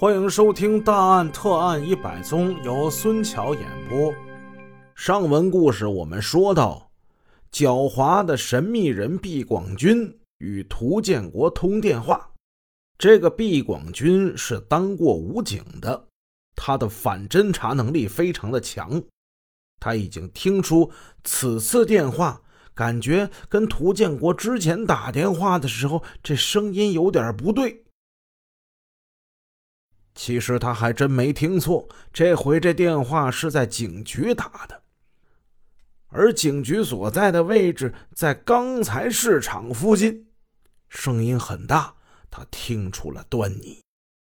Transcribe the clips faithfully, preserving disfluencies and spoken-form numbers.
欢迎收听《大案特案一百宗》，由孙桥演播。上文故事我们说到，狡猾的神秘人毕广军与涂建国通电话。这个毕广军是当过武警的，他的反侦查能力非常的强。他已经听出此次电话感觉跟涂建国之前打电话的时候这声音有点不对。其实他还真没听错，这回这电话是在警局打的，而警局所在的位置在钢材市场附近，声音很大，他听出了端倪。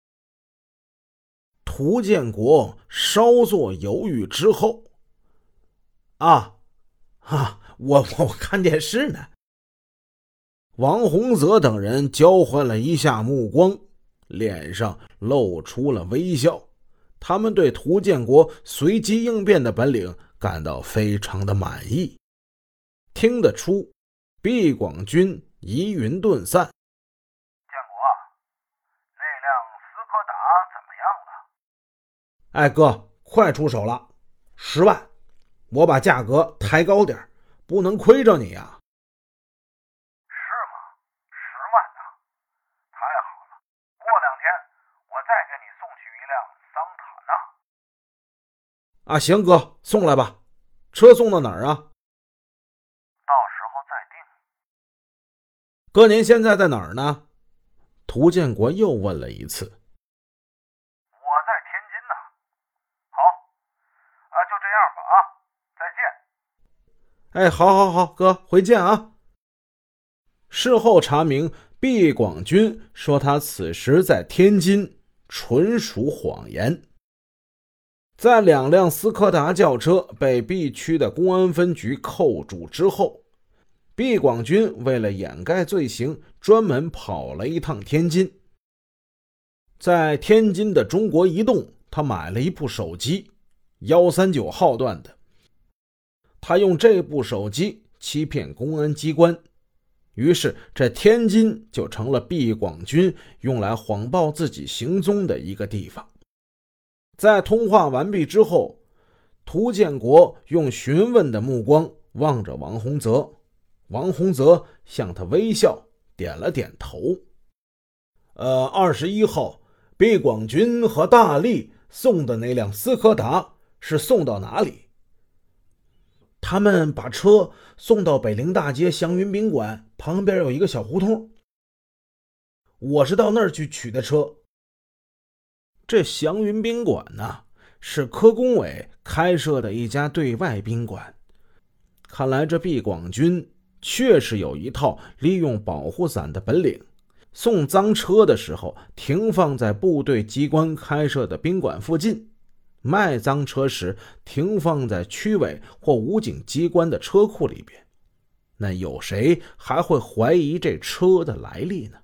涂建国稍作犹豫之后，啊啊，我我看电视呢。王洪泽等人交换了一下目光，脸上露出了微笑，他们对涂建国随机应变的本领感到非常的满意。听得出毕广军疑云顿散。 建国，那辆斯柯达怎么样了？ 哎哥，快出手了，十万，我把价格抬高点，不能亏着你呀。 是吗？十万呐，太好了，过两天我再给你送去一辆桑塔纳。 啊，行哥，送来吧。车送到哪儿啊？ 到时候再定。 哥，您现在在哪儿呢？涂建国又问了一次。 我在天津呢。好，啊，就这样吧啊，再见。 哎，好好好，哥，回见啊。事后查明，毕广军说他此时在天津，纯属谎言。在两辆斯柯达轿车被 B 区的公安分局扣住之后，毕广军为了掩盖罪行，专门跑了一趟天津。在天津的中国移动，他买了一部手机，一三九号段的。他用这部手机欺骗公安机关，于是这天津就成了毕广军用来谎报自己行踪的一个地方。在通话完毕之后，涂建国用询问的目光望着王洪泽，王洪泽向他微笑，点了点头。呃，二十一号，毕广军和大力送的那辆斯柯达是送到哪里？他们把车送到北陵大街祥云宾馆旁边有一个小胡同，我是到那儿去取的车。这祥云宾馆呢，是科工委开设的一家对外宾馆。看来这毕广军确实有一套利用保护伞的本领，送赃车的时候停放在部队机关开设的宾馆附近，卖赃车时停放在区委或武警机关的车库里边。那有谁还会怀疑这车的来历呢？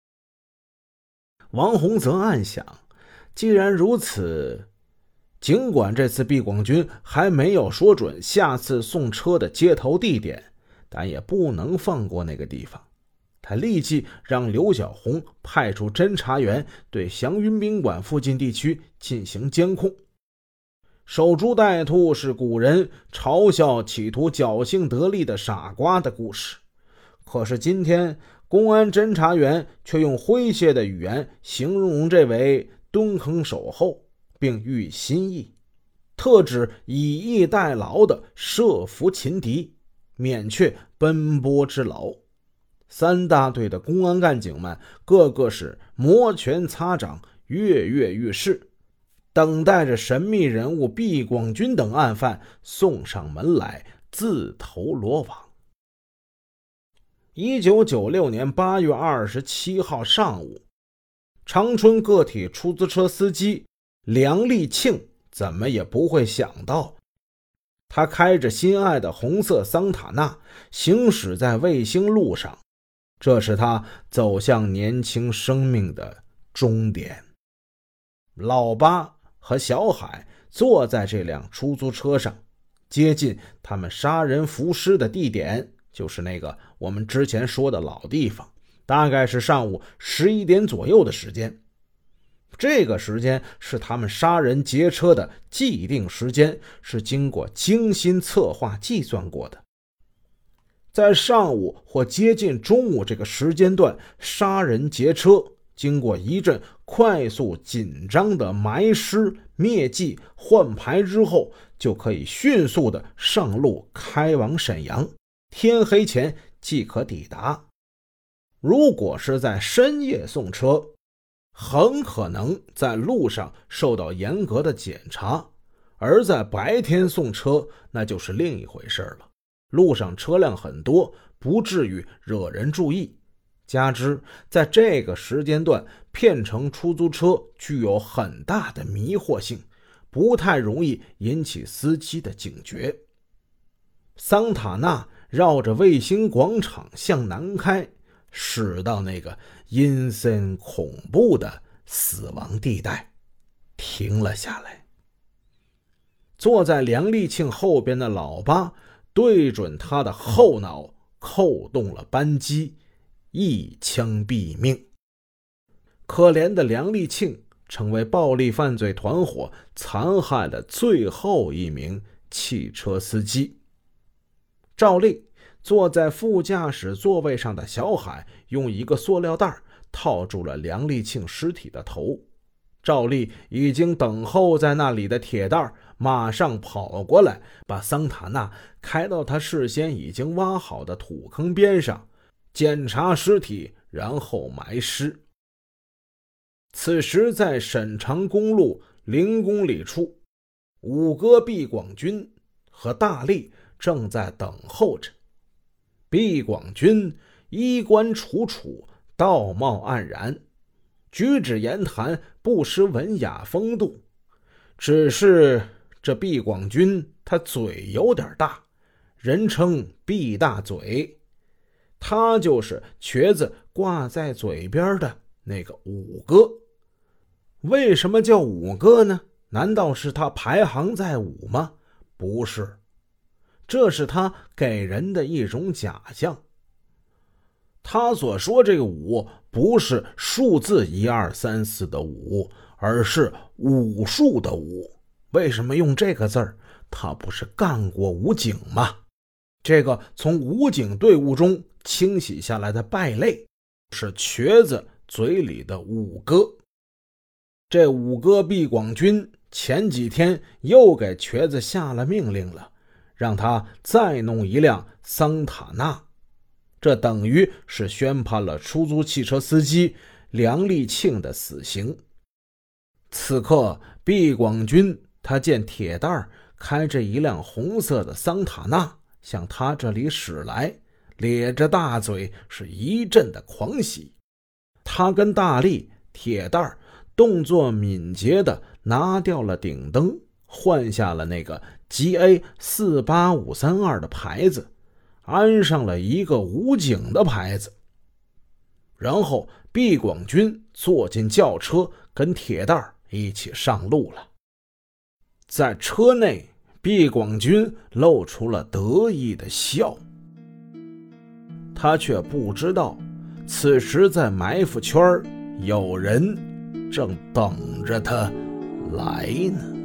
王洪泽暗想，既然如此，尽管这次毕广军还没有说准下次送车的接头地点，但也不能放过那个地方。他立即让刘小红派出侦查员对祥云宾馆附近地区进行监控。守株待兔是古人嘲笑企图侥幸得利的傻瓜的故事，可是今天公安侦查员却用诙谐的语言形容这位蹲坑守候，并予以新意，特指以逸待劳的设伏擒敌，免却奔波之劳。三大队的公安干警们个个是摩拳擦掌，跃跃欲试，等待着神秘人物毕广军等案犯送上门来，自投罗网。一九九六年八月二十七号上午，长春个体出租车司机梁立庆怎么也不会想到，他开着心爱的红色桑塔纳行驶在卫星路上，这是他走向年轻生命的终点。老八和小海坐在这辆出租车上，接近他们杀人伏尸的地点，就是那个我们之前说的老地方，大概是上午十一点左右的时间。 这个时间是他们杀人劫车的既定时间，是经过精心策划计算过的。在上午或接近中午这个时间段杀人劫车，经过一阵快速紧张的埋尸灭迹换牌之后，就可以迅速的上路开往沈阳，天黑前即可抵达。如果是在深夜送车，很可能在路上受到严格的检查，而在白天送车那就是另一回事了。路上车辆很多，不至于惹人注意。加之在这个时间段，骗乘出租车具有很大的迷惑性，不太容易引起司机的警觉。桑塔纳绕着卫星广场向南开，驶到那个阴森恐怖的死亡地带，停了下来。坐在梁立庆后边的老八对准他的后脑扣动了扳机，一枪毙命。可怜的梁立庆成为暴力犯罪团伙残害的最后一名汽车司机。照例坐在副驾驶座位上的小海用一个塑料袋套住了梁立庆尸体的头。照例已经等候在那里的铁蛋马上跑过来，把桑塔纳开到他事先已经挖好的土坑边上，检查尸体，然后埋尸。此时在沈长公路零公里处，五哥毕广军和大力正在等候着。毕广军衣冠楚楚，道貌岸然，举止言谈不失文雅风度，只是这毕广军他嘴有点大，人称毕大嘴，他就是瘸子挂在嘴边的那个五哥。为什么叫五哥呢？难道是他排行在五吗？不是，这是他给人的一种假象。他所说这个五不是数字一二三四的五，而是武术的武。为什么用这个字儿？他不是干过武警吗？这个从武警队伍中清洗下来的败类，是瘸子嘴里的五哥。这五哥毕广军前几天又给瘸子下了命令了，让他再弄一辆桑塔纳，这等于是宣判了出租汽车司机梁立庆的死刑。此刻毕广军他见铁蛋开着一辆红色的桑塔纳向他这里驶来，咧着大嘴是一阵的狂喜。他跟大力、铁蛋动作敏捷地拿掉了顶灯，换下了那个 G A 四八五三二 的牌子，安上了一个武警的牌子。然后毕广军坐进轿车，跟铁蛋一起上路了。在车内，毕广军露出了得意的笑，他却不知道此时在埋伏圈有人正等着他来呢。